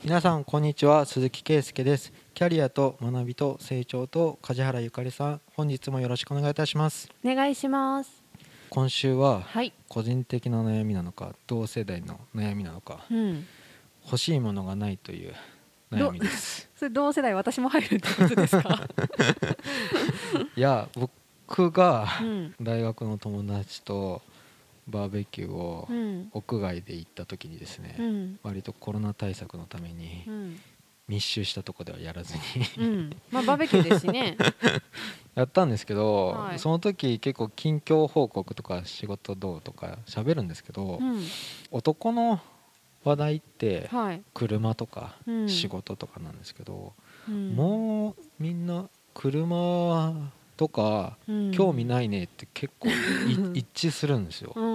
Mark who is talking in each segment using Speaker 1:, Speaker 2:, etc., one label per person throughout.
Speaker 1: 皆さんこんにちは、鈴木圭介です。キャリアと学びと成長と梶原ゆかりさん、本日もよろしくお願いいたします。
Speaker 2: お願いします。
Speaker 1: 今週は
Speaker 2: はい。
Speaker 1: 個人的な悩みなのか同世代の悩みなのか、
Speaker 2: うん。
Speaker 1: 欲しいものがないという悩みです。
Speaker 2: それ同世代私も入るってことですか？
Speaker 1: いや、僕が
Speaker 2: うん。
Speaker 1: 大学の友達とバーベキューを
Speaker 2: うん
Speaker 1: 屋外で行った時にですね、
Speaker 2: うん。
Speaker 1: 割とコロナ対策のために
Speaker 2: うん
Speaker 1: 密集したとこではやらずに
Speaker 2: うん。まあバーベキューですしね。
Speaker 1: やったんですけど、
Speaker 2: はい
Speaker 1: その時結構近況報告とか仕事どうとか喋るんですけど、
Speaker 2: うん。
Speaker 1: 男の話題って
Speaker 2: はい。
Speaker 1: 車とか
Speaker 2: うん
Speaker 1: 仕事とかなんですけど、
Speaker 2: うん
Speaker 1: もうみんな車とか興味ないねって結構一致するんですよ。
Speaker 2: うん。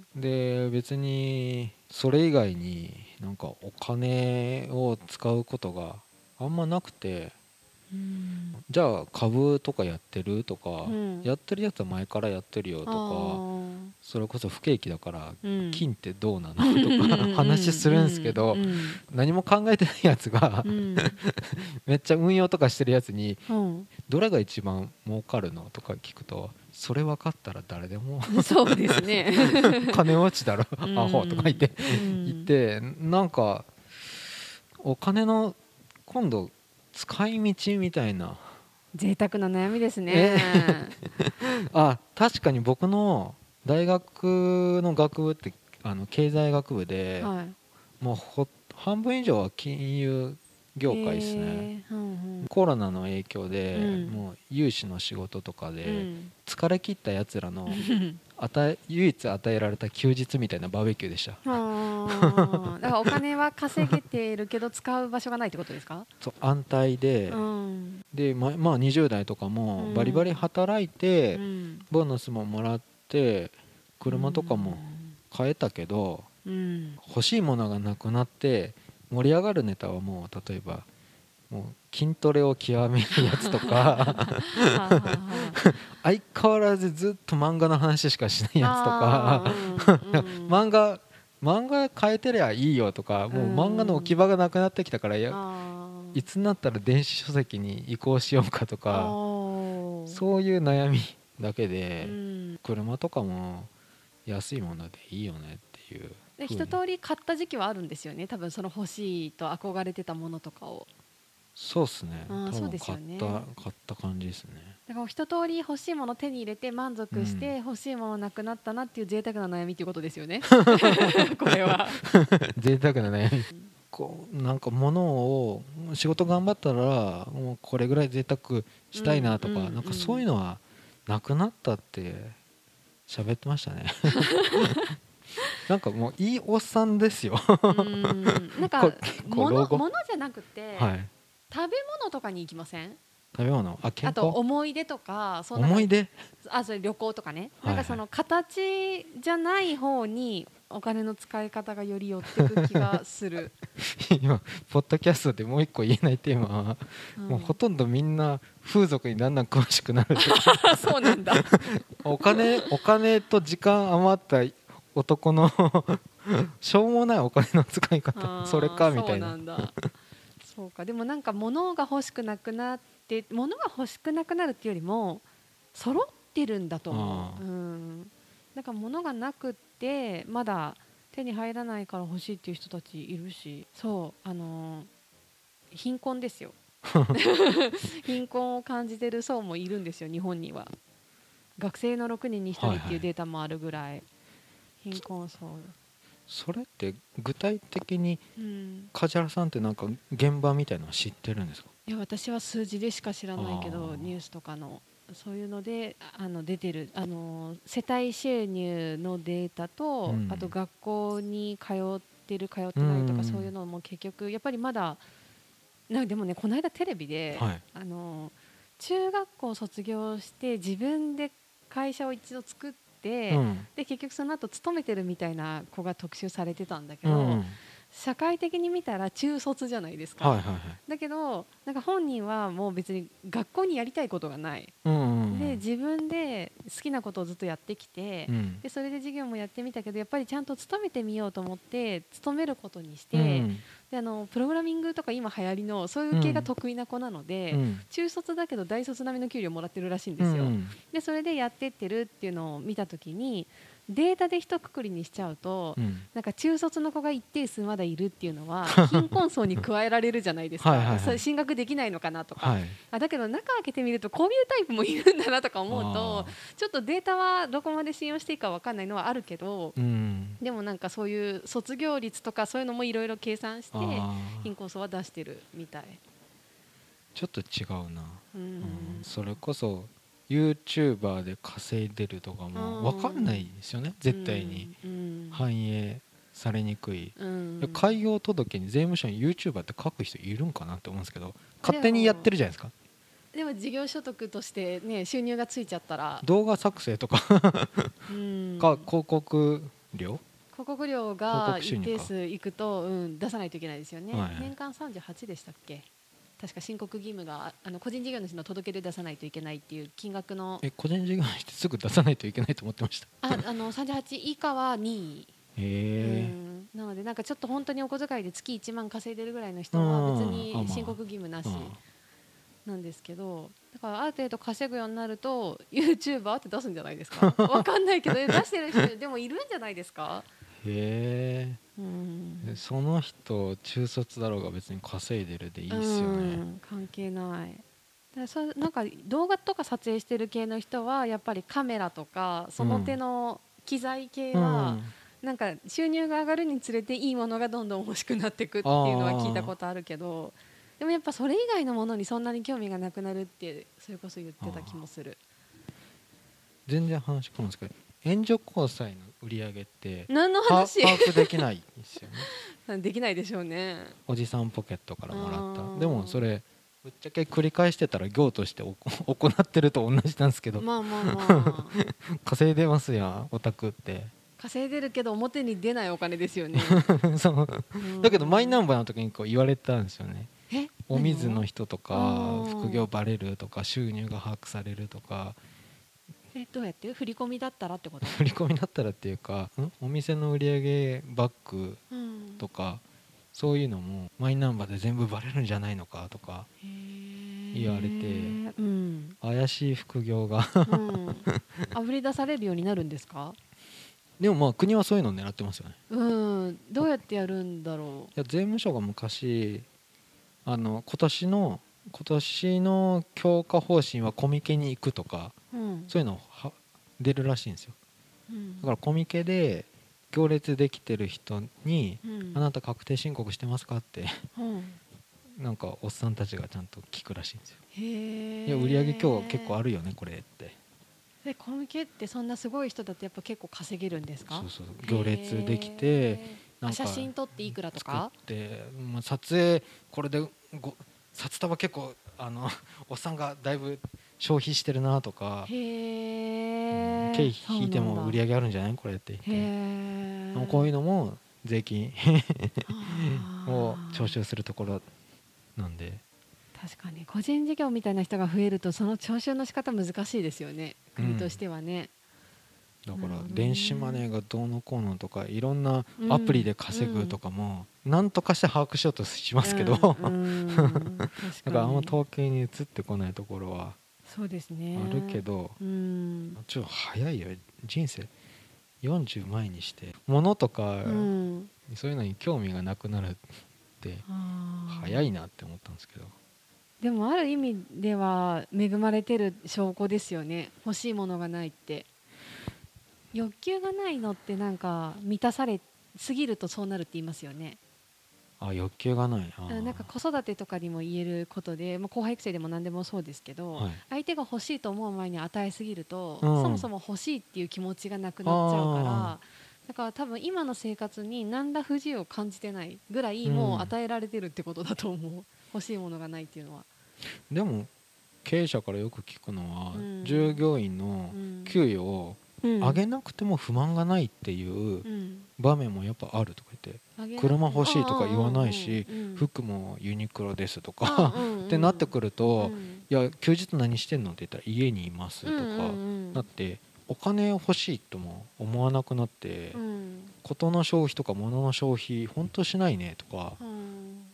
Speaker 1: で、別にそれ以外になんかお金を使うことがあんまなくて、じゃあ株とかやってるとか、
Speaker 2: うん。
Speaker 1: やってるやつは前からやってるよとか、それこそ不景気だから
Speaker 2: うん
Speaker 1: 金ってどうなのとか話するんですけど、何も考えてないやつが
Speaker 2: うん
Speaker 1: めっちゃ運用とかしてるやつに
Speaker 2: うん
Speaker 1: どれが一番儲かるのとか聞くと、それ分かったら誰でも
Speaker 2: そうですね。
Speaker 1: 金持ちだろアホとか言って
Speaker 2: うん
Speaker 1: 言って、なんかお金の今度使い道みたいな。
Speaker 2: 贅沢な悩みですね。
Speaker 1: 確かに僕の大学の学部って経済学部で、
Speaker 2: はい。
Speaker 1: もう半分以上は金融業界ですね。
Speaker 2: うん
Speaker 1: コロナの影響で、
Speaker 2: うん
Speaker 1: もう有志の仕事とか
Speaker 2: う
Speaker 1: で
Speaker 2: ん。
Speaker 1: 疲れ切ったやつらの唯一与えられた休日みたいなバーベキューでした。
Speaker 2: だからお金は稼げているけど使う場所がないってことですか？
Speaker 1: そう、安泰で、
Speaker 2: うん
Speaker 1: まあ20代とかもバリバリ働いて、
Speaker 2: うん
Speaker 1: ボーナスももらって車とかも買えたけど、
Speaker 2: うん
Speaker 1: 欲しいものがなくなって盛り上がるネタはもう例えばもう筋トレを極めるやつとか相変わらずずっと漫画の話しかしないやつとか漫画変えてりゃいいよとか、もう漫画の置き場がなくなってきたから、いつになったら電子書籍に移行しようかとか、そういう悩みだけで、車とかも安いものでいいよねっていう。
Speaker 2: で一通り買った時期はあるんですよね。多分その欲しいと憧れてたものとかを。
Speaker 1: そうですね。多分
Speaker 2: そうですよね。
Speaker 1: 買った感じですね。
Speaker 2: だから一通り欲しいもの手に入れて満足して、欲しいものなくなったなっていう贅沢な悩みっていうことですよね。これは
Speaker 1: 贅沢な悩み。なんか物を仕事頑張ったらもうこれぐらい贅沢したいなとか、なんかそういうのはなくなったって喋ってましたね。なんかもういいおっさんですよ。
Speaker 2: なんか物じゃなくて、
Speaker 1: はい、
Speaker 2: 食べ物とかに行きません？
Speaker 1: 食べ物、健康、
Speaker 2: あと思い出とか、
Speaker 1: 思い出、
Speaker 2: それ旅行とかね、なんかその形じゃない方にお金の使い方がより寄ってく気がする。
Speaker 1: 今ポッドキャストでもう一個言えないテーマは、もうほとんどみんな風俗にだんだん詳しくなる
Speaker 2: そうなんだ。
Speaker 1: お金と時間余った男のしょうもないお金の使い方、それかみたいな。
Speaker 2: そうなんだ。そうか。でもなんか物が欲しくなくなって、物が欲しくなくなるっていうよりも揃ってるんだと思う。なんか物がなくってまだ手に入らないから欲しいっていう人たちいるし、そう貧困ですよ。貧困を感じてる層もいるんですよ、日本には。学生の6人に1人っていうデータもあるぐらい貧困層。
Speaker 1: それって具体的に梶原さんってなんか現場みたいなの知ってるんですか？
Speaker 2: いや、私は数字でしか知らないけど、ニュースとかのそういうので出てる世帯収入のデータと、あと学校に通ってる通ってないとか、そういうのも結局やっぱりまだでもね、この間テレビで、中学校卒業して自分で会社を一度作って、で結局その後勤めてるみたいな子が特集されてたんだけど、社会的に見たら中卒じゃないですか。だけどなんか本人はもう別に学校にやりたいことがない、で自分で好きなことをずっとやってきて、でそれで授業もやってみたけど、やっぱりちゃんと勤めてみようと思って勤めることにして、 でプログラミングとか今流行りのそういう系が得意な子なので、中卒だけど大卒並みの給料もらってるらしいんですよ。でそれでやってってるっていうのを見た時に、データで一括りにしちゃうと、なんか中卒の子が一定数まだいるっていうのは貧困層に加えられるじゃないですか。それ進学できないのかなとか、だけど中開けてみるとこういうタイプもいるんだなとか思うと、ちょっとデータはどこまで信用していいか分かんないのはあるけど、でもなんかそういう卒業率とかそういうのもいろいろ計算して貧困層は出してるみたい。
Speaker 1: ちょっと違うな、それこそYouTuber で稼いでるとかも分かんないですよね、絶対に、反映されにくい、開業届に税務署に YouTuber って書く人いるんかなって思うんですけど、勝手にやってるじゃないですか。
Speaker 2: でも事業所得として、ね、収入がついちゃったら
Speaker 1: 動画作成とかか広告料
Speaker 2: が一定数いくと、出さないといけないですよね、年間38でしたっけ。確か申告義務が個人事業主の届け出出さないといけないっていう金額の。
Speaker 1: 個人事業主ってすぐ出さないといけないと思ってました。
Speaker 2: 38以下は任意、なのでなんかちょっと本当にお小遣いで月1万稼いでるぐらいの人は別に申告義務なしなんですけど、だからある程度稼ぐようになると YouTuber って出すんじゃないですか。分かんないけど出してる人でもいるんじゃないですか。
Speaker 1: へえ、その人中卒だろうが別に稼いでるでいいですよね、
Speaker 2: 関係ない。だからなんか動画とか撮影してる系の人はやっぱりカメラとかその手の機材系はなんか収入が上がるにつれていいものがどんどん欲しくなっていくっていうのは聞いたことあるけど、でもやっぱそれ以外のものにそんなに興味がなくなるってそれこそ言ってた気もする。
Speaker 1: 全然話変わるんですけど、援助交際の売り上げって
Speaker 2: 何の話
Speaker 1: 把握できないですよね
Speaker 2: できないでしょうね。
Speaker 1: おじさんポケットからもらった。でもそれぶっちゃけ繰り返してたら業として行ってると同じなんですけど、稼いでますやオタクって。
Speaker 2: 稼いでるけど表に出ないお金ですよね
Speaker 1: そうだけどマイナンバーの時にこう言われたんですよね。お水の人とか副業バレるとか収入が把握されるとか。
Speaker 2: どうやって振り込みだったらってこと？
Speaker 1: 振り込みだったらっていうか、お店の売り上げバッグとか、そういうのもマイナンバーで全部バレるんじゃないのかとか言われて、怪しい副業が
Speaker 2: あぶり出されるようになるんですか？
Speaker 1: でもまあ国はそういうのを狙ってますよね。
Speaker 2: どうやってやるんだろう。い
Speaker 1: や税務署が昔今年の強化方針はコミケに行くとか、そういうの出るらしいんですよ、だからコミケで行列できてる人に、あなた確定申告してますかってなんかおっさんたちがちゃんと聞くらしいんですよ。いや売り上げ今日結構あるよねこれって。
Speaker 2: でコミケってそんなすごい人だってやっぱ結構稼げるんですか？
Speaker 1: そう行列できて
Speaker 2: なんか写真撮っていくらとか
Speaker 1: 作って、撮影これで札束結構おっさんがだいぶ消費してるなとか、経費引いても売り上げあるんじゃないこれって言って、こういうのも税金を徴収するところなんで。
Speaker 2: 確かに個人事業みたいな人が増えるとその徴収の仕方難しいですよね、国としてはね。
Speaker 1: だから電子マネーがどうのこうのとかいろんなアプリで稼ぐとかも何とかして把握しようとしますけど、だからあんま統計に移ってこないところは
Speaker 2: そうですね
Speaker 1: あるけど、ちょっと早いよ人生40前にして物とか、そういうのに興味がなくなるって早いなって思ったんですけど。
Speaker 2: でもある意味では恵まれてる証拠ですよね。欲しいものがないって、欲求がないのってなんか満たされすぎるとそうなるって言いますよね。
Speaker 1: 欲求がない。
Speaker 2: なんか子育てとかにも言えることで、後輩育成でも何でもそうですけど、相手が欲しいと思う前に与えすぎると、そもそも欲しいっていう気持ちがなくなっちゃうから、だから多分今の生活に何ら不自由を感じてないぐらいもう与えられてるってことだと思う、欲しいものがないっていうのは。
Speaker 1: でも経営者からよく聞くのは、従業員の給与を上げなくても不満がないっていう場面もやっぱあるとか言って、車欲しいとか言わないし、服もユニクロですとかってなってくると、いや休日何してんのって言ったら家にいますとかなって、お金欲しいとも思わなくなって、事の消費とか物の消費本当しないねとか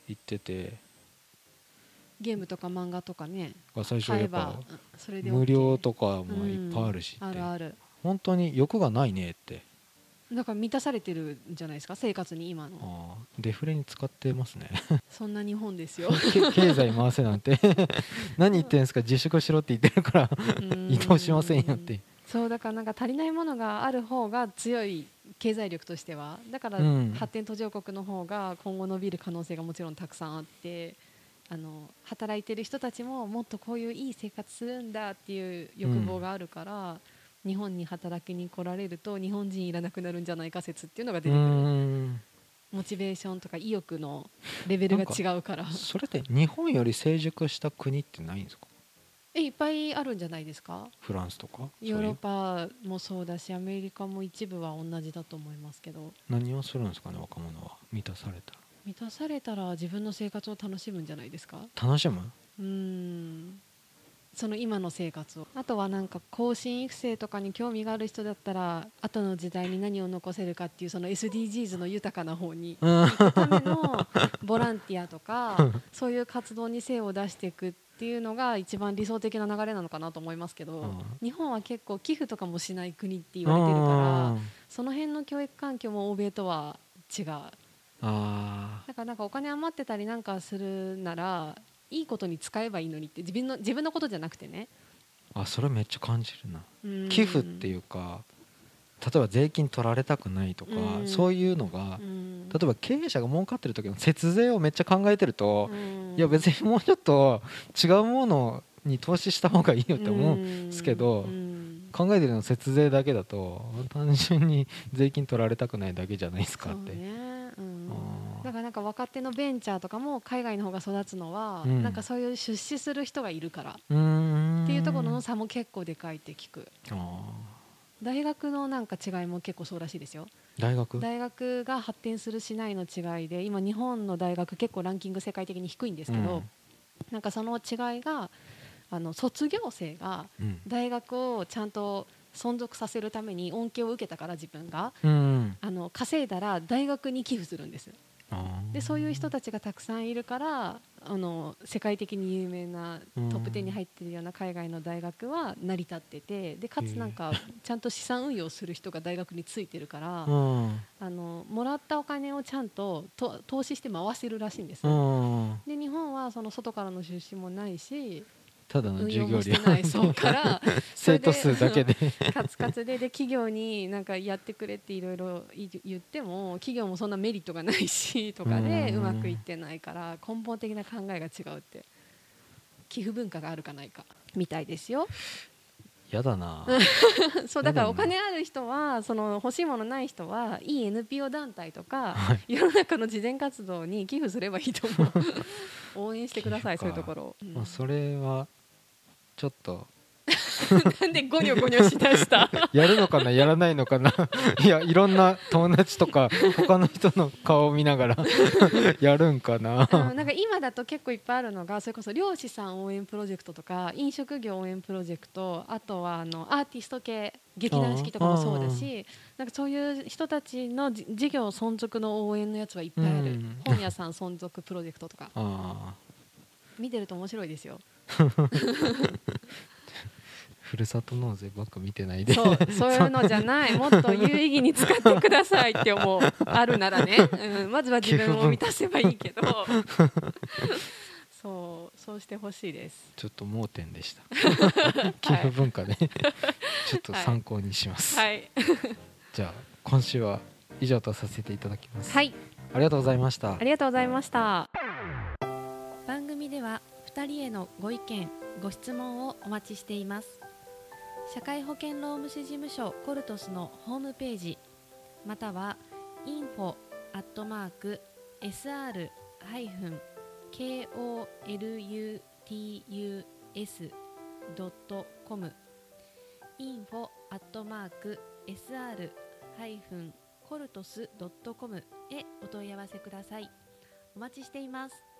Speaker 1: 言ってて、
Speaker 2: ゲームとか漫画とかね
Speaker 1: 最初やっぱ
Speaker 2: それで、
Speaker 1: 無料とかもいっぱいあるしって、
Speaker 2: あるある、
Speaker 1: 本当に欲がないねって。
Speaker 2: だから満たされてるんじゃないですか、生活に今の。
Speaker 1: デフレに使ってますね
Speaker 2: そんな日本ですよ
Speaker 1: 経済回せなんて何言ってんですか、自粛しろって言ってるから移動しませんよって。
Speaker 2: そうだからなんか足りないものがある方が強い経済力としては、だから発展途上国の方が今後伸びる可能性がもちろんたくさんあって、働いてる人たちももっとこういういい生活するんだっていう欲望があるから、日本に働きに来られると日本人いらなくなるんじゃないか説っていうのが出てくる。モチベーションとか意欲のレベルが違うから。
Speaker 1: それって日本より成熟した国ってないんですか？
Speaker 2: いっぱいあるんじゃないですか。
Speaker 1: フランスとか
Speaker 2: ヨーロッパもそうだし、アメリカも一部は同じだと思いますけど。
Speaker 1: 何をするんですかね、若者は。満たされた
Speaker 2: ら自分の生活を楽しむんじゃないですか。
Speaker 1: 楽しむ？
Speaker 2: その今の生活を。あとはなんか後進育成とかに興味がある人だったら、後の時代に何を残せるかっていうその SDGs の豊かな方に行くためのボランティアとかそういう活動に精を出していくっていうのが一番理想的な流れなのかなと思いますけど、日本は結構寄付とかもしない国って言われてるから、その辺の教育環境も欧米とは違う。だからなんかお金余ってたりなんかするならいいことに使えばいいのにって、自分のことじゃなくてね。
Speaker 1: それめっちゃ感じるな。寄付っていうか、例えば税金取られたくないとか、そういうのが、例えば経営者が儲かってる時の節税をめっちゃ考えてると、いや別にもうちょっと違うものに投資した方がいいよって思うんですけど、考えてるの節税だけだと単純に税金取られたくないだけじゃないですかって。
Speaker 2: だからなんか若手のベンチャーとかも海外の方が育つのは、なんかそういう出資する人がいるからっていうところの差も結構でかいって聞く。大学のなんか違いも結構そうらしいですよ。大学が発展するしないの違いで、今日本の大学結構ランキング世界的に低いんですけど、なんかその違いが卒業生が大学をちゃんと存続させるために恩恵を受けたから、自分が稼いだら大学に寄付するんです。でそういう人たちがたくさんいるから、世界的に有名なトップ10に入っているような海外の大学は成り立ってて、でかつなんかちゃんと資産運用する人が大学についてるから、もらったお金をちゃんと投資して回せるらしいんです。で日本はその外からの出資もないし、
Speaker 1: ただの授業料
Speaker 2: そうから
Speaker 1: 生徒数だけで
Speaker 2: カツカツで企業になんかやってくれっていろいろ言っても企業もそんなメリットがないしとかでうまくいってないから、根本的な考えが違うって。寄付文化があるかないかみたいですよ。
Speaker 1: やだな
Speaker 2: そうだからお金ある人は、その欲しいものない人はいい NPO 団体とか、世の中の慈善活動に寄付すればいいと思う応援してください、そういうところ。
Speaker 1: それはちょっと
Speaker 2: なんでゴニョゴニョしだした
Speaker 1: やるのかなやらないのかないや、いろんな友達とか他の人の顔を見ながらやるんかな。
Speaker 2: なんか今だと結構いっぱいあるのが、それこそ漁師さん応援プロジェクトとか飲食業応援プロジェクト、あとはアーティスト系劇団四季とかもそうだし、なんかそういう人たちの事業存続の応援のやつはいっぱいある。本屋さん存続プロジェクトとか見てると面白いですよ
Speaker 1: ふるさと納税ばっか見てないで
Speaker 2: そういうのじゃない、もっと有意義に使ってくださいって思うあるならね、まずは自分を満たせばいいけどそうしてほしいです。
Speaker 1: ちょっと盲点でした寄付文化ねちょっと参考にします、じゃあ今週は以上とさせていただきます。ありがとうございました。
Speaker 2: ありがとうございました。番組では2人へのご意見ご質問をお待ちしています。社会保険労務士事務所コルトスのホームページ、または info@sr-koluts.com info@sr-coltos.com へお問い合わせください。お待ちしています。